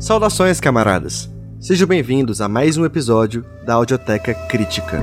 Saudações, camaradas! Sejam bem-vindos a mais um episódio da Audioteca Crítica.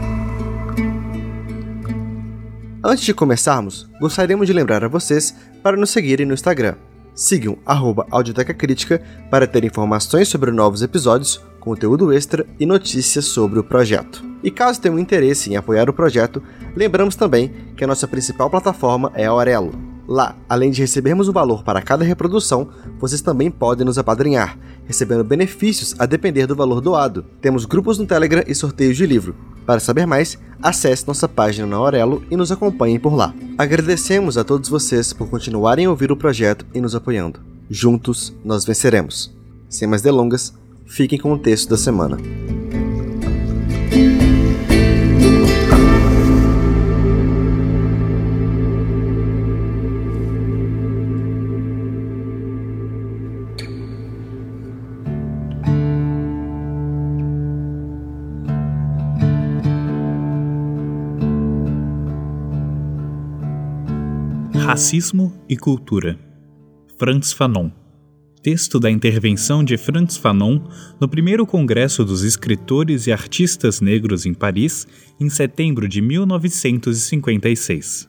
Antes de começarmos, gostaríamos de lembrar a vocês para nos seguirem no Instagram. Sigam @Audioteca Crítica para ter informações sobre novos episódios, conteúdo extra e notícias sobre o projeto. E caso tenham interesse em apoiar o projeto, lembramos também que a nossa principal plataforma é a Aurelo. Lá, além de recebermos um valor para cada reprodução, vocês também podem nos apadrinhar, recebendo benefícios a depender do valor doado. Temos grupos no Telegram e sorteios de livro. Para saber mais, acesse nossa página na Aurelo e nos acompanhem por lá. Agradecemos a todos vocês por continuarem a ouvir o projeto e nos apoiando. Juntos, nós venceremos. Sem mais delongas, fiquem com o texto da semana. Racismo e Cultura. Frantz Fanon. Texto da intervenção de Frantz Fanon no primeiro Congresso dos Escritores e Artistas Negros em Paris, em setembro de 1956.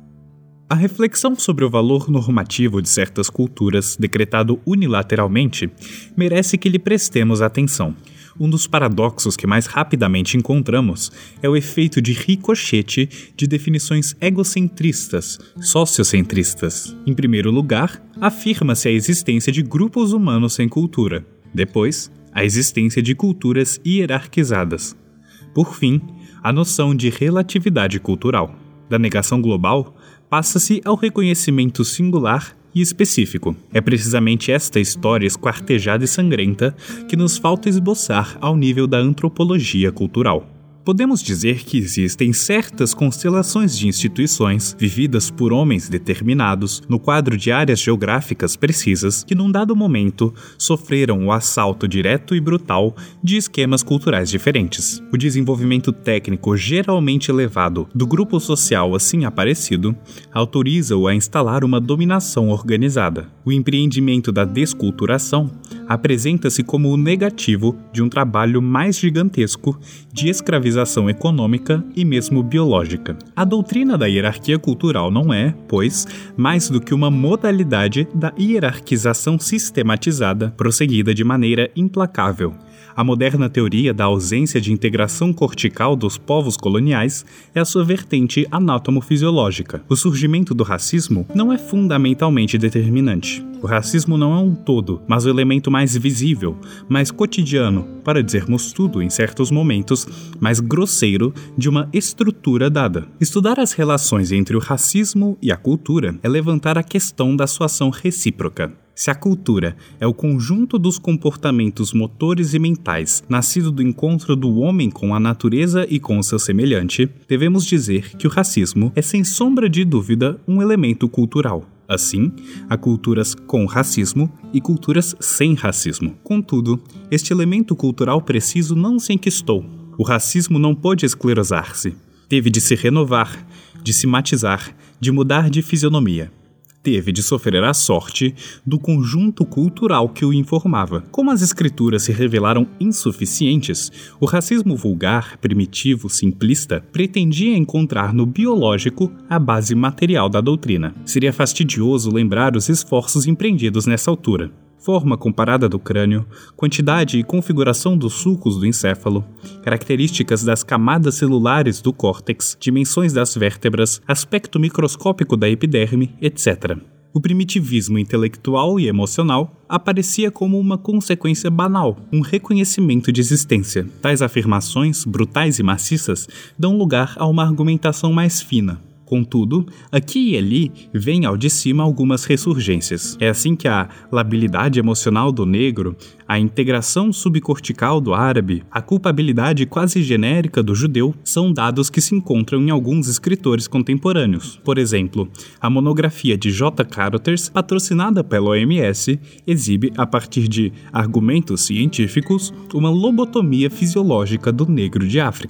A reflexão sobre o valor normativo de certas culturas, decretado unilateralmente, merece que lhe prestemos atenção. Um dos paradoxos que mais rapidamente encontramos é o efeito de ricochete de definições egocentristas, sociocentristas. Em primeiro lugar, afirma-se a existência de grupos humanos sem cultura. Depois, a existência de culturas hierarquizadas. Por fim, a noção de relatividade cultural. Da negação global, passa-se ao reconhecimento singular e específico. É precisamente esta história esquartejada e sangrenta que nos falta esboçar ao nível da antropologia cultural. Podemos dizer que existem certas constelações de instituições vividas por homens determinados no quadro de áreas geográficas precisas que num dado momento sofreram o assalto direto e brutal de esquemas culturais diferentes. O desenvolvimento técnico geralmente elevado do grupo social assim aparecido autoriza-o a instalar uma dominação organizada. O empreendimento da desculturação apresenta-se como o negativo de um trabalho mais gigantesco de escravização econômica e mesmo biológica. A doutrina da hierarquia cultural não é, pois, mais do que uma modalidade da hierarquização sistematizada, prosseguida de maneira implacável. A moderna teoria da ausência de integração cortical dos povos coloniais é a sua vertente anátomo-fisiológica. O surgimento do racismo não é fundamentalmente determinante. O racismo não é um todo, mas o elemento mais visível, mais cotidiano, para dizermos tudo em certos momentos, mais grosseiro de uma estrutura dada. Estudar as relações entre o racismo e a cultura é levantar a questão da sua ação recíproca. Se a cultura é o conjunto dos comportamentos motores e mentais nascido do encontro do homem com a natureza e com o seu semelhante, devemos dizer que o racismo é sem sombra de dúvida um elemento cultural. Assim, há culturas com racismo e culturas sem racismo. Contudo, este elemento cultural preciso não se enquistou. O racismo não pôde esclerosar-se. Teve de se renovar, de se matizar, de mudar de fisionomia. Teve de sofrer a sorte do conjunto cultural que o informava. Como as escrituras se revelaram insuficientes, o racismo vulgar, primitivo, simplista, pretendia encontrar no biológico a base material da doutrina. Seria fastidioso lembrar os esforços empreendidos nessa altura. Forma comparada do crânio, quantidade e configuração dos sulcos do encéfalo, características das camadas celulares do córtex, dimensões das vértebras, aspecto microscópico da epiderme, etc. O primitivismo intelectual e emocional aparecia como uma consequência banal, um reconhecimento de existência. Tais afirmações, brutais e maciças, dão lugar a uma argumentação mais fina. Contudo, aqui e ali vêm ao de cima algumas ressurgências. É assim que a labilidade emocional do negro, a integração subcortical do árabe, a culpabilidade quase genérica do judeu são dados que se encontram em alguns escritores contemporâneos. Por exemplo, a monografia de J. Carothers, patrocinada pela OMS, exibe, a partir de argumentos científicos, uma lobotomia fisiológica do negro de África.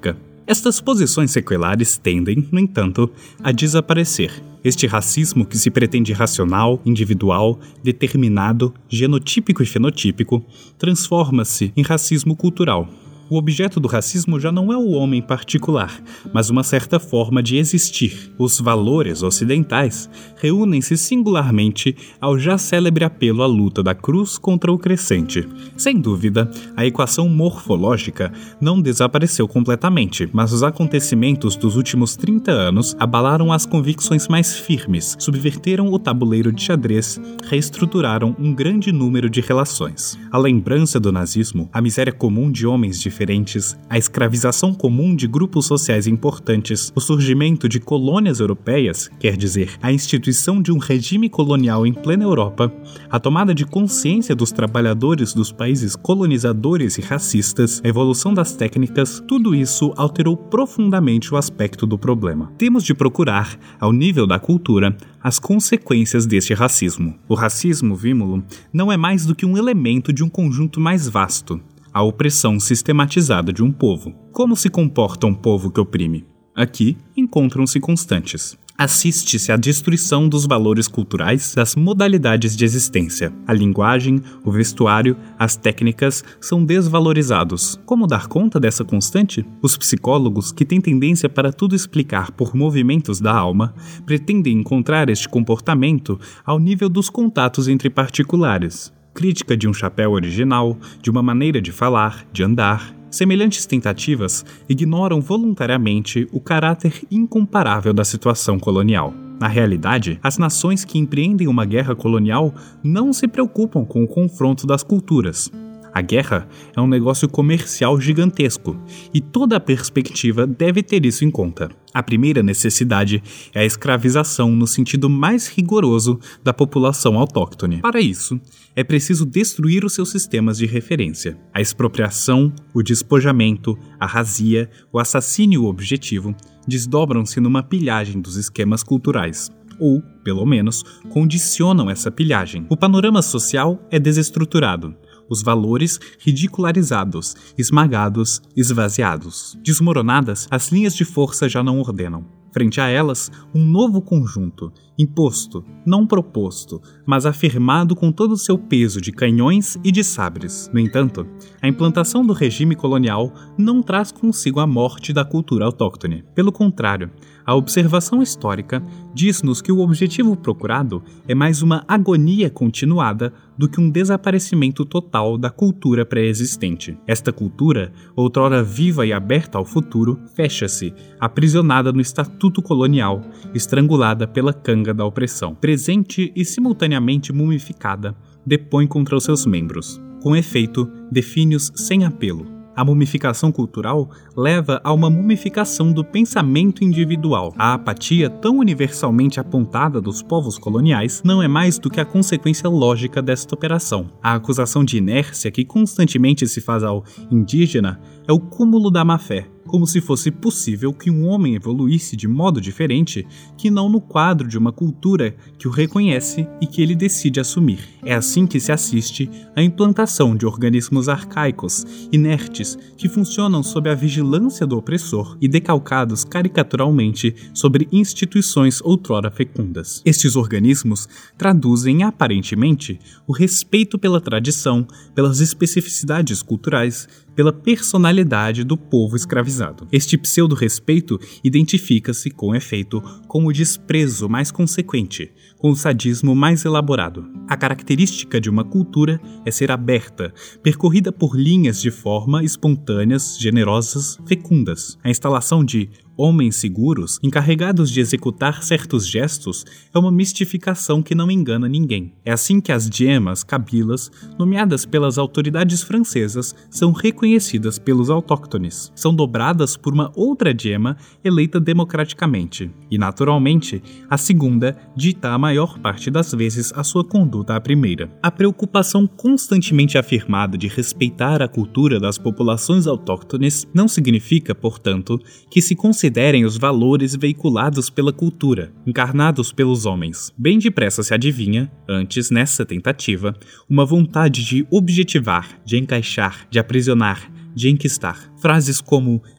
Estas posições seculares tendem, no entanto, a desaparecer. Este racismo que se pretende racional, individual, determinado, genotípico e fenotípico, transforma-se em racismo cultural. O objeto do racismo já não é o homem particular, mas uma certa forma de existir. Os valores ocidentais reúnem-se singularmente ao já célebre apelo à luta da cruz contra o crescente. Sem dúvida, a equação morfológica não desapareceu completamente, mas os acontecimentos dos últimos 30 anos abalaram as convicções mais firmes, subverteram o tabuleiro de xadrez, reestruturaram um grande número de relações. A lembrança do nazismo, a miséria comum de homens diferentes, a escravização comum de grupos sociais importantes, o surgimento de colônias europeias, quer dizer, a instituição de um regime colonial em plena Europa, a tomada de consciência dos trabalhadores dos países colonizadores e racistas, a evolução das técnicas, tudo isso alterou profundamente o aspecto do problema. Temos de procurar, ao nível da cultura, as consequências deste racismo. O racismo, vimos-lo, não é mais do que um elemento de um conjunto mais vasto, a opressão sistematizada de um povo. Como se comporta um povo que oprime? Aqui encontram-se constantes. Assiste-se à destruição dos valores culturais, das modalidades de existência. A linguagem, o vestuário, as técnicas são desvalorizados. Como dar conta dessa constante? Os psicólogos, que têm tendência para tudo explicar por movimentos da alma, pretendem encontrar este comportamento ao nível dos contatos entre particulares. Crítica de um chapéu original, de uma maneira de falar, de andar. Semelhantes tentativas ignoram voluntariamente o caráter incomparável da situação colonial. Na realidade, as nações que empreendem uma guerra colonial não se preocupam com o confronto das culturas. A guerra é um negócio comercial gigantesco, e toda a perspectiva deve ter isso em conta. A primeira necessidade é a escravização no sentido mais rigoroso da população autóctone. Para isso, é preciso destruir os seus sistemas de referência. A expropriação, o despojamento, a razia, o assassínio objetivo desdobram-se numa pilhagem dos esquemas culturais. Ou, pelo menos, condicionam essa pilhagem. O panorama social é desestruturado. Os valores ridicularizados, esmagados, esvaziados. Desmoronadas, as linhas de força já não ordenam. Frente a elas, um novo conjunto, imposto, não proposto, mas afirmado com todo o seu peso de canhões e de sabres. No entanto, a implantação do regime colonial não traz consigo a morte da cultura autóctone. Pelo contrário, a observação histórica diz-nos que o objetivo procurado é mais uma agonia continuada do que um desaparecimento total da cultura pré-existente. Esta cultura, outrora viva e aberta ao futuro, fecha-se, aprisionada no estatuto colonial, estrangulada pela canga da opressão. Presente e simultaneamente mumificada, depõe contra os seus membros. Com efeito, define-os sem apelo. A mumificação cultural leva a uma mumificação do pensamento individual. A apatia tão universalmente apontada dos povos coloniais não é mais do que a consequência lógica desta operação. A acusação de inércia que constantemente se faz ao indígena é o cúmulo da má-fé, como se fosse possível que um homem evoluísse de modo diferente que não no quadro de uma cultura que o reconhece e que ele decide assumir. É assim que se assiste à implantação de organismos arcaicos, inertes, que funcionam sob a vigilância do opressor e decalcados caricaturalmente sobre instituições outrora fecundas. Estes organismos traduzem, aparentemente, o respeito pela tradição, pelas especificidades culturais, pela personalidade do povo escravizado. Este pseudo-respeito identifica-se, com efeito, com o desprezo mais consequente, com o sadismo mais elaborado. A característica de uma cultura é ser aberta, percorrida por linhas de forma espontâneas, generosas, fecundas. A instalação de homens seguros, encarregados de executar certos gestos, é uma mistificação que não engana ninguém. É assim que as diemas, kabilas, nomeadas pelas autoridades francesas, são reconhecidas pelos autóctones. São dobradas por uma outra diema eleita democraticamente. E, naturalmente, a segunda dita a maior parte das vezes a sua conduta à primeira. A preocupação constantemente afirmada de respeitar a cultura das populações autóctones não significa, portanto, que se considerem os valores veiculados pela cultura, encarnados pelos homens. Bem depressa se adivinha, antes nessa tentativa, uma vontade de objetivar, de encaixar, de aprisionar, de enquistar. Frases como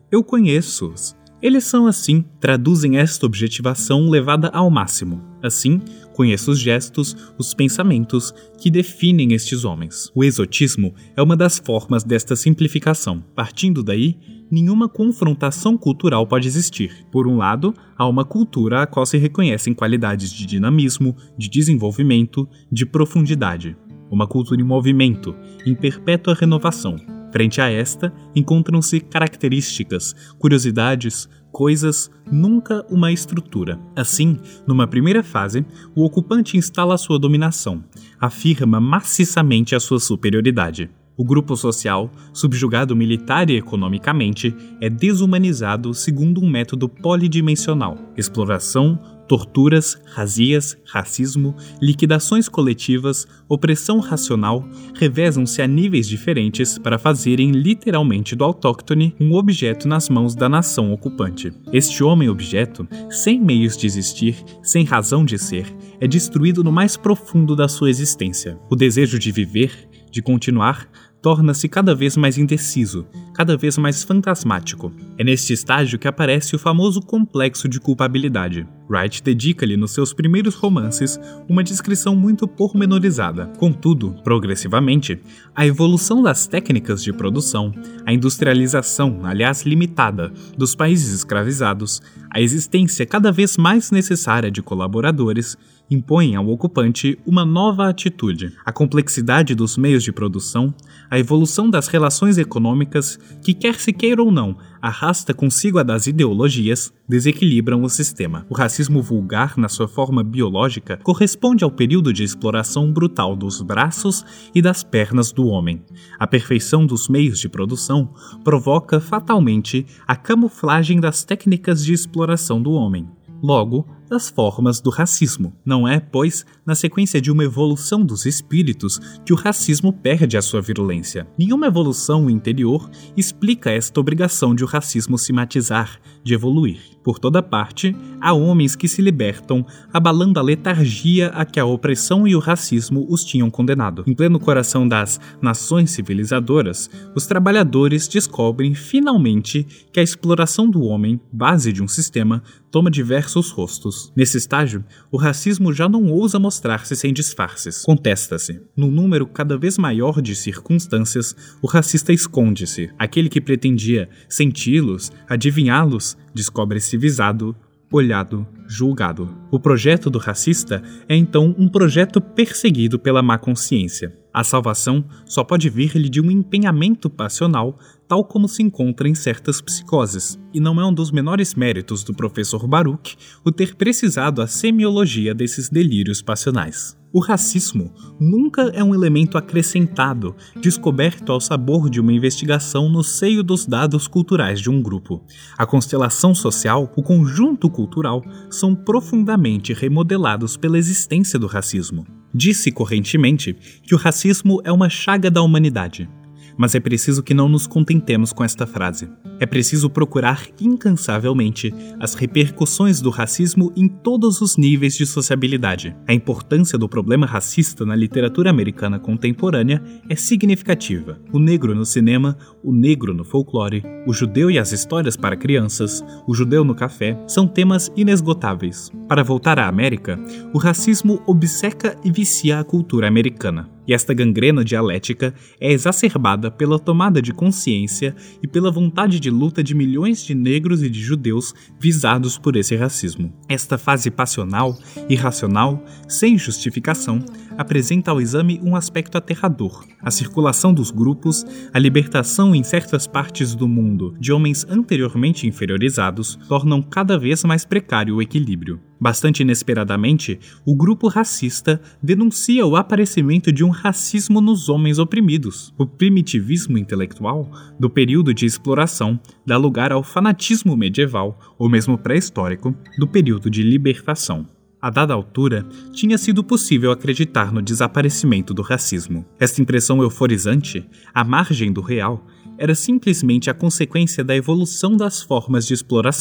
Eu conheço-os. Eles são assim, traduzem esta objetivação levada ao máximo. Assim, conheço os gestos, os pensamentos que definem estes homens. O exotismo é uma das formas desta simplificação. Partindo daí, nenhuma confrontação cultural pode existir. Por um lado, há uma cultura a qual se reconhecem qualidades de dinamismo, de desenvolvimento, de profundidade. Uma cultura em movimento, em perpétua renovação. Frente a esta, encontram-se características, curiosidades, coisas, nunca uma estrutura. Assim, numa primeira fase, o ocupante instala sua dominação, afirma maciçamente a sua superioridade. O grupo social, subjugado militar e economicamente, é desumanizado segundo um método polidimensional: exploração, torturas, razias, racismo, liquidações coletivas, opressão racional, revezam-se a níveis diferentes para fazerem literalmente do autóctone um objeto nas mãos da nação ocupante. Este homem-objeto, sem meios de existir, sem razão de ser, é destruído no mais profundo da sua existência. O desejo de viver, de continuar, torna-se cada vez mais indeciso, cada vez mais fantasmático. É neste estágio que aparece o famoso complexo de culpabilidade. Wright dedica-lhe nos seus primeiros romances uma descrição muito pormenorizada. Contudo, progressivamente, a evolução das técnicas de produção, a industrialização, aliás limitada, dos países escravizados, a existência cada vez mais necessária de colaboradores, impõem ao ocupante uma nova atitude. A complexidade dos meios de produção, a evolução das relações econômicas, que quer se queira ou não, arrasta consigo a das ideologias, desequilibram o sistema. O racismo vulgar, na sua forma biológica, corresponde ao período de exploração brutal dos braços e das pernas do homem. A perfeição dos meios de produção provoca fatalmente a camuflagem das técnicas de exploração do homem. Logo, das formas do racismo. Não é, pois, na sequência de uma evolução dos espíritos que o racismo perde a sua virulência. Nenhuma evolução interior explica esta obrigação de o racismo se matizar, de evoluir. Por toda parte, há homens que se libertam, abalando a letargia a que a opressão e o racismo os tinham condenado. Em pleno coração das nações civilizadoras, os trabalhadores descobrem finalmente que a exploração do homem, base de um sistema, toma diversos rostos. Nesse estágio, o racismo já não ousa mostrar-se sem disfarces. Contesta-se. Num número cada vez maior de circunstâncias, o racista esconde-se. Aquele que pretendia senti-los, adivinhá-los, descobre-se visado, olhado, julgado. O projeto do racista é então um projeto perseguido pela má consciência. A salvação só pode vir-lhe de um empenhamento passional, tal como se encontra em certas psicoses. E não é um dos menores méritos do professor Baruch o ter precisado a semiologia desses delírios passionais. O racismo nunca é um elemento acrescentado, descoberto ao sabor de uma investigação no seio dos dados culturais de um grupo. A constelação social, o conjunto cultural, são profundamente remodelados pela existência do racismo. Disse correntemente que o racismo é uma chaga da humanidade. Mas é preciso que não nos contentemos com esta frase. É preciso procurar incansavelmente as repercussões do racismo em todos os níveis de sociabilidade. A importância do problema racista na literatura americana contemporânea é significativa. O negro no cinema, o negro no folclore, o judeu e as histórias para crianças, o judeu no café, são temas inesgotáveis. Para voltar à América, o racismo obceca e vicia a cultura americana. E esta gangrena dialética é exacerbada pela tomada de consciência e pela vontade de luta de milhões de negros e de judeus visados por esse racismo. Esta fase passional, irracional, sem justificação, apresenta ao exame um aspecto aterrador. A circulação dos grupos, a libertação em certas partes do mundo de homens anteriormente inferiorizados, tornam cada vez mais precário o equilíbrio. Bastante inesperadamente, o grupo racista denuncia o aparecimento de um racismo nos homens oprimidos. O primitivismo intelectual do período de exploração dá lugar ao fanatismo medieval, ou mesmo pré-histórico, do período de libertação. A dada altura, tinha sido possível acreditar no desaparecimento do racismo. Esta impressão euforizante, à margem do real, era simplesmente a consequência da evolução das formas de exploração.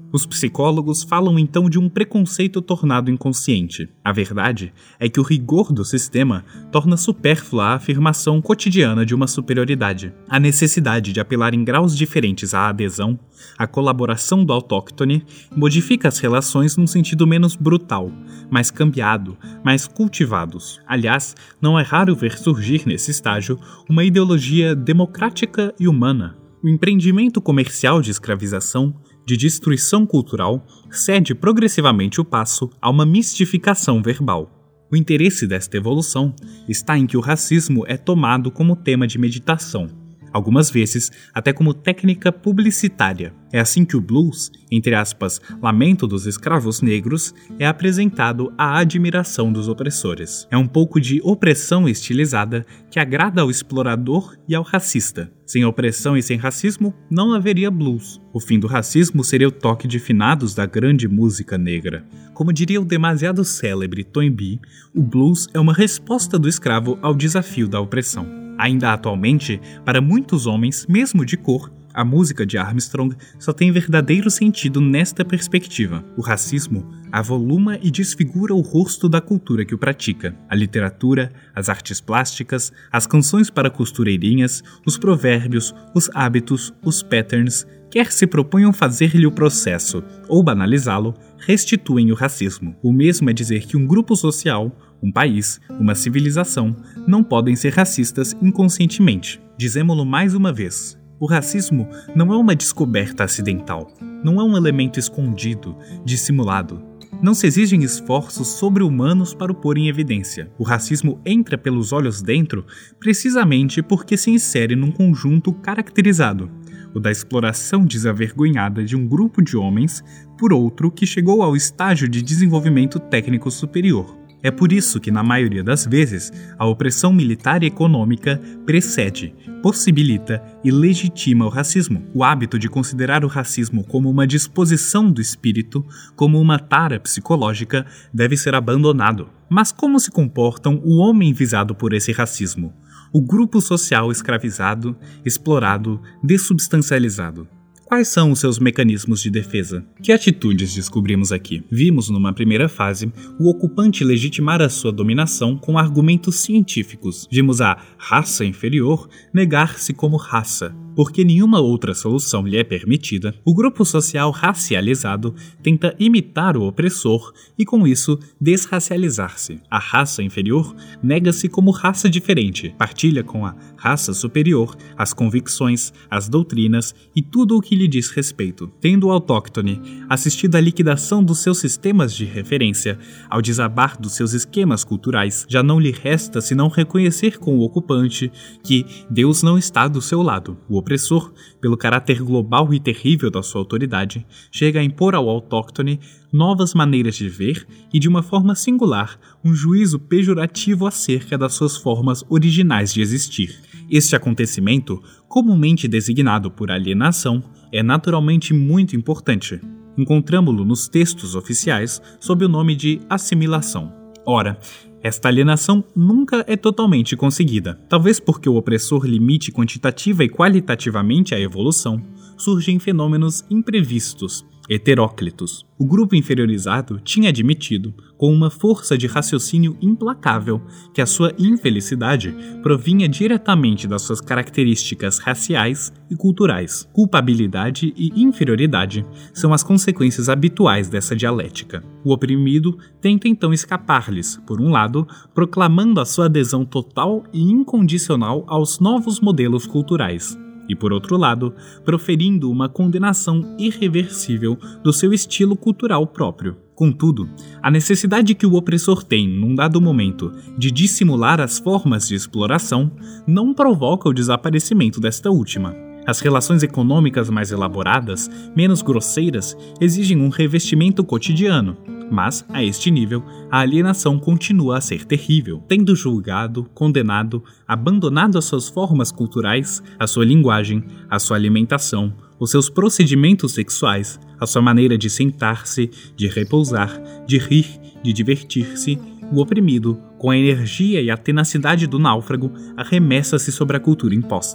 Os psicólogos falam então de um preconceito tornado inconsciente. A verdade é que o rigor do sistema torna supérflua a afirmação cotidiana de uma superioridade. A necessidade de apelar em graus diferentes à adesão, à colaboração do autóctone, modifica as relações num sentido menos brutal, mais cambiado, mais cultivados. Aliás, não é raro ver surgir nesse estágio uma ideologia democrática e humana. O empreendimento comercial de escravização, de destruição cultural, cede progressivamente o passo a uma mistificação verbal. O interesse desta evolução está em que o racismo é tomado como tema de meditação, algumas vezes até como técnica publicitária. É assim que o blues, entre aspas, lamento dos escravos negros, é apresentado à admiração dos opressores. É um pouco de opressão estilizada que agrada ao explorador e ao racista. Sem opressão e sem racismo, não haveria blues. O fim do racismo seria o toque de finados da grande música negra. Como diria o demasiado célebre Toynbee, o blues é uma resposta do escravo ao desafio da opressão. Ainda atualmente, para muitos homens, mesmo de cor, a música de Armstrong só tem verdadeiro sentido nesta perspectiva. O racismo avoluma e desfigura o rosto da cultura que o pratica. A literatura, as artes plásticas, as canções para costureirinhas, os provérbios, os hábitos, os patterns, quer se proponham fazer-lhe o processo ou banalizá-lo, restituem o racismo. O mesmo é dizer que um grupo social, um país, uma civilização, não podem ser racistas inconscientemente. Dizemo-lo mais uma vez. O racismo não é uma descoberta acidental, não é um elemento escondido, dissimulado. Não se exigem esforços sobre-humanos para o pôr em evidência. O racismo entra pelos olhos dentro precisamente porque se insere num conjunto caracterizado, o da exploração desavergonhada de um grupo de homens por outro que chegou ao estágio de desenvolvimento técnico superior. É por isso que, na maioria das vezes, a opressão militar e econômica precede, possibilita e legitima o racismo. O hábito de considerar o racismo como uma disposição do espírito, como uma tara psicológica, deve ser abandonado. Mas como se comportam o homem visado por esse racismo? O grupo social escravizado, explorado, dessubstancializado. Quais são os seus mecanismos de defesa? Que atitudes descobrimos aqui? Vimos numa primeira fase o ocupante legitimar a sua dominação com argumentos científicos. Vimos a raça inferior negar-se como raça. Porque nenhuma outra solução lhe é permitida, o grupo social racializado tenta imitar o opressor e, com isso, desracializar-se. A raça inferior nega-se como raça diferente, partilha com a raça superior as convicções, as doutrinas e tudo o que lhe diz respeito. Tendo o autóctone assistido à liquidação dos seus sistemas de referência, ao desabar dos seus esquemas culturais, já não lhe resta senão reconhecer com o ocupante que Deus não está do seu lado. O opressor, pelo caráter global e terrível da sua autoridade, chega a impor ao autóctone novas maneiras de ver e, de uma forma singular, um juízo pejorativo acerca das suas formas originais de existir. Este acontecimento, comumente designado por alienação, é naturalmente muito importante. Encontramo-lo nos textos oficiais sob o nome de assimilação. Ora, esta alienação nunca é totalmente conseguida. Talvez porque o opressor limite quantitativa e qualitativamente a evolução, surgem fenômenos imprevistos, heteróclitos. O grupo inferiorizado tinha admitido, com uma força de raciocínio implacável, que a sua infelicidade provinha diretamente das suas características raciais e culturais. Culpabilidade e inferioridade são as consequências habituais dessa dialética. O oprimido tenta então escapar-lhes, por um lado, proclamando a sua adesão total e incondicional aos novos modelos culturais, e, por outro lado, proferindo uma condenação irreversível do seu estilo cultural próprio. Contudo, a necessidade que o opressor tem, num dado momento, de dissimular as formas de exploração, não provoca o desaparecimento desta última. As relações econômicas mais elaboradas, menos grosseiras, exigem um revestimento cotidiano, mas, a este nível, a alienação continua a ser terrível. Tendo julgado, condenado, abandonado as suas formas culturais, a sua linguagem, a sua alimentação, os seus procedimentos sexuais, a sua maneira de sentar-se, de repousar, de rir, de divertir-se, o oprimido, com a energia e a tenacidade do náufrago, arremessa-se sobre a cultura imposta.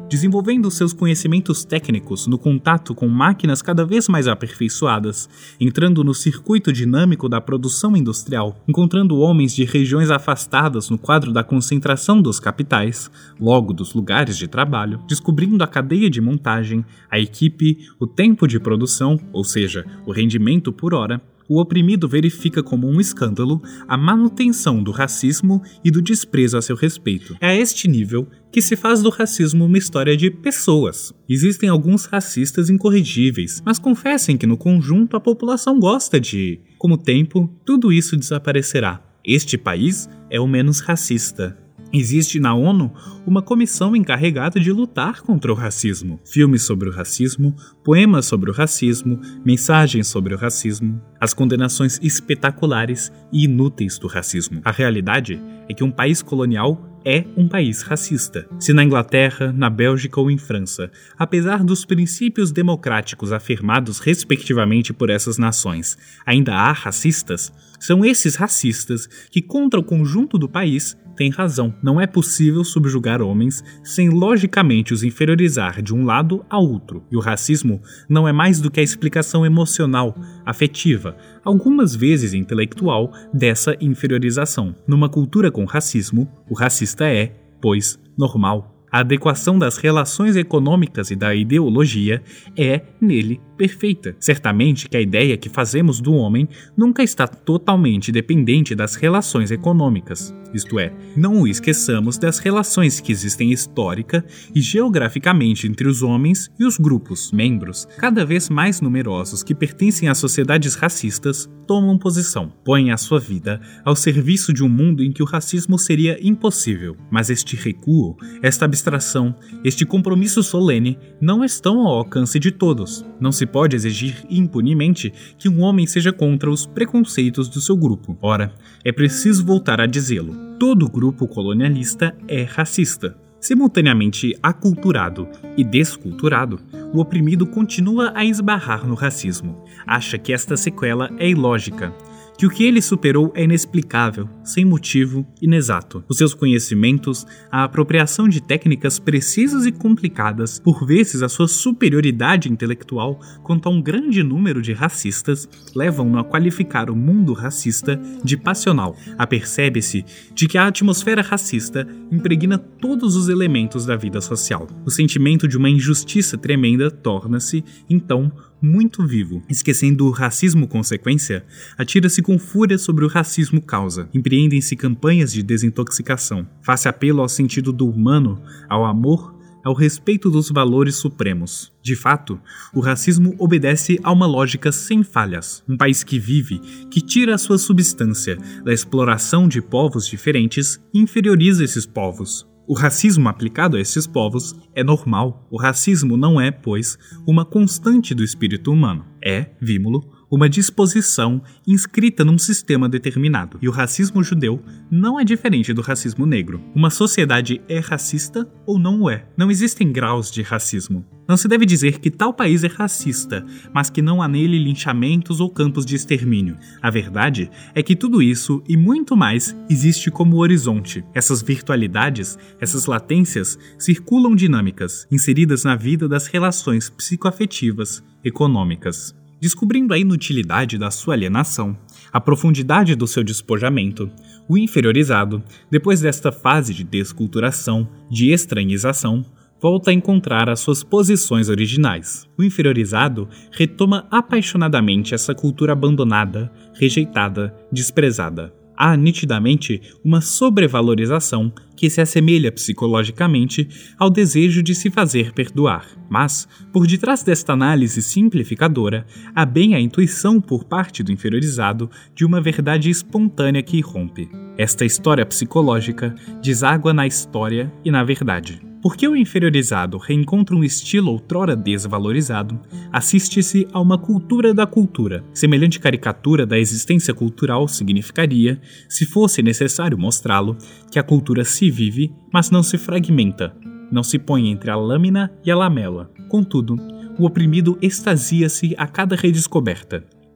desenvolvendo seus conhecimentos técnicos no contato com máquinas cada vez mais aperfeiçoadas, entrando no circuito dinâmico da produção industrial, encontrando homens de regiões afastadas no quadro da concentração dos capitais, logo dos lugares de trabalho, descobrindo a cadeia de montagem, a equipe, o tempo de produção, ou seja, o rendimento por hora, o oprimido verifica como um escândalo a manutenção do racismo e do desprezo a seu respeito. É a este nível que se faz do racismo uma história de pessoas. Existem alguns racistas incorrigíveis, mas confessem que no conjunto a população gosta de... Com o tempo, tudo isso desaparecerá. Este país é o menos racista. Existe na ONU uma comissão encarregada de lutar contra o racismo. Filmes sobre o racismo, poemas sobre o racismo, mensagens sobre o racismo, as condenações espetaculares e inúteis do racismo. A realidade é que um país colonial é um país racista. Se na Inglaterra, na Bélgica ou em França, apesar dos princípios democráticos afirmados respectivamente por essas nações, ainda há racistas, são esses racistas que contra o conjunto do país têm razão. Não é possível subjugar homens sem logicamente os inferiorizar de um lado a outro. E o racismo não é mais do que a explicação emocional, afetiva, algumas vezes intelectual, dessa inferiorização. Numa cultura com racismo, o racista é, pois, normal. A adequação das relações econômicas e da ideologia é, nele, perfeita. Certamente que a ideia que fazemos do homem nunca está totalmente dependente das relações econômicas. Isto é, não o esqueçamos das relações que existem histórica e geograficamente entre os homens e os grupos, membros, cada vez mais numerosos que pertencem a sociedades racistas, tomam posição, põem a sua vida ao serviço de um mundo em que o racismo seria impossível. Mas este recuo, esta abstração, este compromisso solene não estão ao alcance de todos. Não se pode exigir impunemente que um homem seja contra os preconceitos do seu grupo. Ora, é preciso voltar a dizê-lo. Todo grupo colonialista é racista. Simultaneamente aculturado e desculturado, o oprimido continua a esbarrar no racismo. Acha que esta sequela é ilógica, que o que ele superou é inexplicável, sem motivo, inexato. Os seus conhecimentos, a apropriação de técnicas precisas e complicadas, por vezes a sua superioridade intelectual quanto a um grande número de racistas, levam-no a qualificar o mundo racista de passional. Apercebe-se de que a atmosfera racista impregna todos os elementos da vida social. O sentimento de uma injustiça tremenda torna-se, então, muito vivo. Esquecendo o racismo consequência, atira-se com fúria sobre o racismo causa. Empreendem-se campanhas de desintoxicação. Faz apelo ao sentido do humano, ao amor, ao respeito dos valores supremos. De fato, o racismo obedece a uma lógica sem falhas. Um país que vive, que tira a sua substância da exploração de povos diferentes e inferioriza esses povos. O racismo aplicado a esses povos é normal. O racismo não é, pois, uma constante do espírito humano. É, vimo-lo, uma disposição inscrita num sistema determinado. E o racismo judeu não é diferente do racismo negro. Uma sociedade é racista ou não o é. Não existem graus de racismo. Não se deve dizer que tal país é racista, mas que não há nele linchamentos ou campos de extermínio. A verdade é que tudo isso e muito mais existe como horizonte. Essas virtualidades, essas latências, circulam dinâmicas, inseridas na vida das relações psicoafetivas, econômicas. Descobrindo a inutilidade da sua alienação, a profundidade do seu despojamento, o inferiorizado, depois desta fase de desculturação, de estranhização, volta a encontrar as suas posições originais. O inferiorizado retoma apaixonadamente essa cultura abandonada, rejeitada, desprezada. Há nitidamente uma sobrevalorização que se assemelha psicologicamente ao desejo de se fazer perdoar. Mas, por detrás desta análise simplificadora, há bem a intuição por parte do inferiorizado de uma verdade espontânea que irrompe. Esta história psicológica deságua na história e na verdade. Porque o inferiorizado reencontra um estilo outrora desvalorizado, assiste-se a uma cultura da cultura. Semelhante caricatura da existência cultural significaria, se fosse necessário mostrá-lo, que a cultura se vive, mas não se fragmenta, não se põe entre a lâmina e a lamela. Contudo, o oprimido extasia-se a cada redescoberta.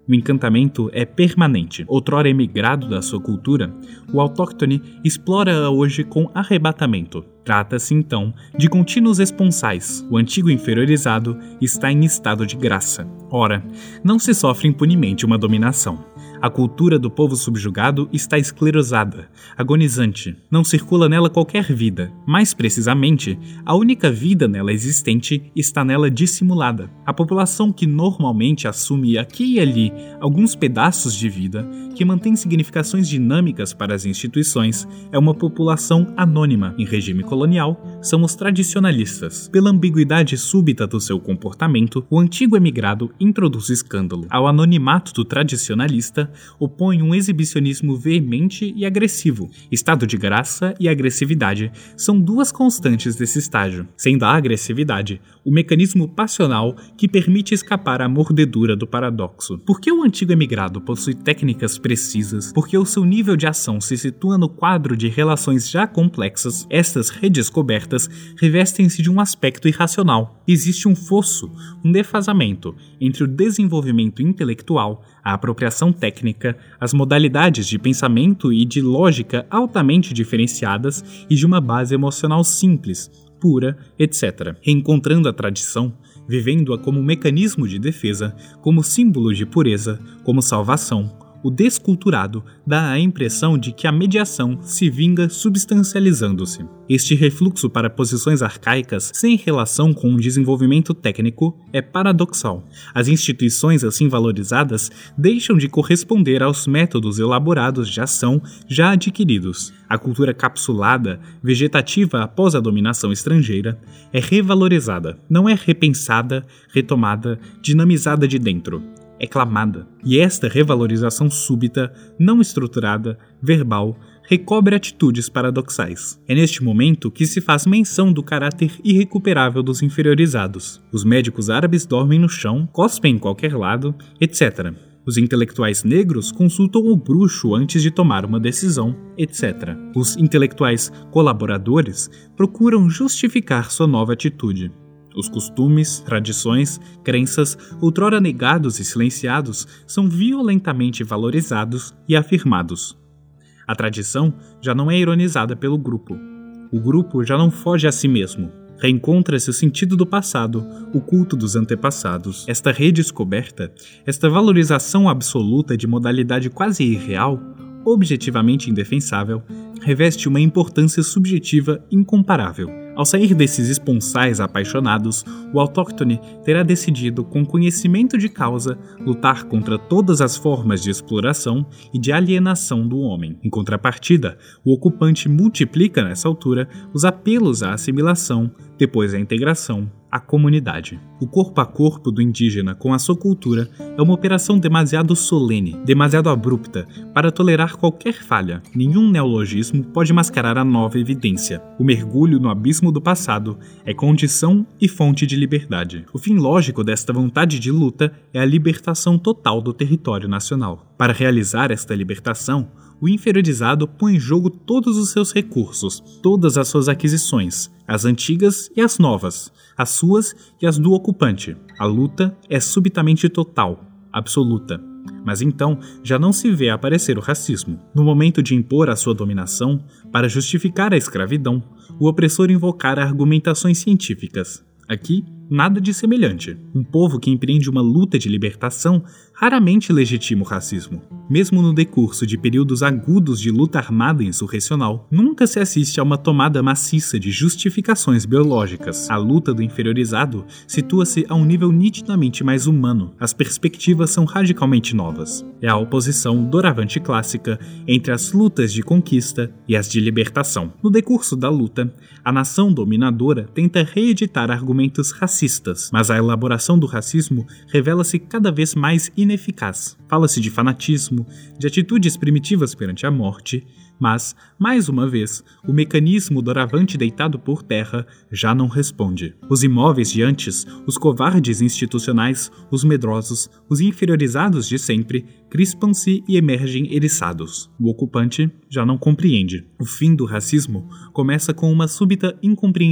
O encantamento é permanente. Outrora emigrado da sua cultura, o autóctone explora-a hoje com arrebatamento. Trata-se, então, de contínuos esponsais. O antigo inferiorizado está em estado de graça. Ora, não se sofre impunemente uma dominação. A cultura do povo subjugado está esclerosada, agonizante. Não circula nela qualquer vida. Mais precisamente, a única vida nela existente está nela dissimulada. A população que normalmente assume aqui e ali alguns pedaços de vida, que mantém significações dinâmicas para as instituições, é uma população anônima. Em regime colonial, são os tradicionalistas. Pela ambiguidade súbita do seu comportamento, o antigo emigrado introduz escândalo. Ao anonimato do tradicionalista, opõe um exibicionismo veemente e agressivo. Estado de graça e agressividade são duas constantes desse estágio, sendo a agressividade o mecanismo passional que permite escapar à mordedura do paradoxo. Porque o antigo emigrado possui técnicas precisas, porque o seu nível de ação se situa no quadro de relações já complexas, estas redescobertas revestem-se de um aspecto irracional. Existe um fosso, um defasamento entre o desenvolvimento intelectual, a apropriação técnica, as modalidades de pensamento e de lógica altamente diferenciadas e de uma base emocional simples, pura, etc. Reencontrando a tradição, vivendo-a como mecanismo de defesa, como símbolo de pureza, como salvação, o desculturado dá a impressão de que a mediação se vinga substancializando-se. Este refluxo para posições arcaicas sem relação com o desenvolvimento técnico é paradoxal. As instituições assim valorizadas deixam de corresponder aos métodos elaborados de ação já adquiridos. A cultura capsulada, vegetativa após a dominação estrangeira, é revalorizada, não é repensada, retomada, dinamizada de dentro. É clamada. E esta revalorização súbita, não estruturada, verbal, recobre atitudes paradoxais. É neste momento que se faz menção do caráter irrecuperável dos inferiorizados. Os médicos árabes dormem no chão, cospem em qualquer lado, etc. Os intelectuais negros consultam o bruxo antes de tomar uma decisão, etc. Os intelectuais colaboradores procuram justificar sua nova atitude. Os costumes, tradições, crenças, outrora negados e silenciados, são violentamente valorizados e afirmados. A tradição já não é ironizada pelo grupo. O grupo já não foge a si mesmo. Reencontra-se o sentido do passado, o culto dos antepassados. Esta redescoberta, esta valorização absoluta de modalidade quase irreal, objetivamente indefensável, reveste uma importância subjetiva incomparável. Ao sair desses esponsais apaixonados, o autóctone terá decidido, com conhecimento de causa, lutar contra todas as formas de exploração e de alienação do homem. Em contrapartida, o ocupante multiplica nessa altura os apelos à assimilação, depois à integração, à comunidade. O corpo a corpo do indígena com a sua cultura é uma operação demasiado solene, demasiado abrupta, para tolerar qualquer falha. Nenhum neologismo pode mascarar a nova evidência. O mergulho no abismo do passado é condição e fonte de liberdade. O fim lógico desta vontade de luta é a libertação total do território nacional. Para realizar esta libertação, o inferiorizado põe em jogo todos os seus recursos, todas as suas aquisições, as antigas e as novas, as suas e as do ocupante. A luta é subitamente total, absoluta. Mas então já não se vê aparecer o racismo. No momento de impor a sua dominação, para justificar a escravidão, o opressor invocara argumentações científicas. Aqui, nada de semelhante. Um povo que empreende uma luta de libertação raramente legitima o racismo. Mesmo no decurso de períodos agudos de luta armada insurrecional, nunca se assiste a uma tomada maciça de justificações biológicas. A luta do inferiorizado situa-se a um nível nitidamente mais humano. As perspectivas são radicalmente novas. É a oposição doravante clássica entre as lutas de conquista e as de libertação. No decurso da luta, a nação dominadora tenta reeditar argumentos racistas, mas a elaboração do racismo revela-se cada vez mais ineficaz. Fala-se de fanatismo, de atitudes primitivas perante a morte, mas, mais uma vez, o mecanismo doravante deitado por terra já não responde. Os imóveis de antes, os covardes institucionais, os medrosos, os inferiorizados de sempre, crispam-se e emergem eriçados. O ocupante já não compreende. O fim do racismo começa com uma súbita incompreensão.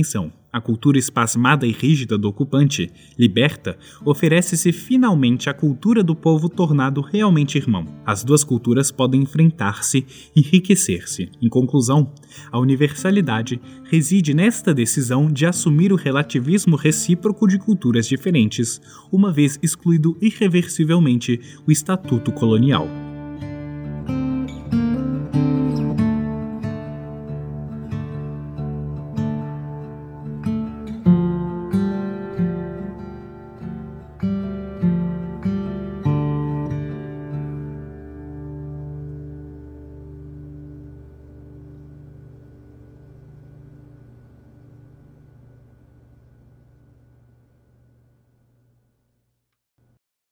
A cultura espasmada e rígida do ocupante, liberta, oferece-se finalmente à cultura do povo tornado realmente irmão. As duas culturas podem enfrentar-se e enriquecer-se. Em conclusão, a universalidade reside nesta decisão de assumir o relativismo recíproco de culturas diferentes, uma vez excluído irreversivelmente o estatuto colonial.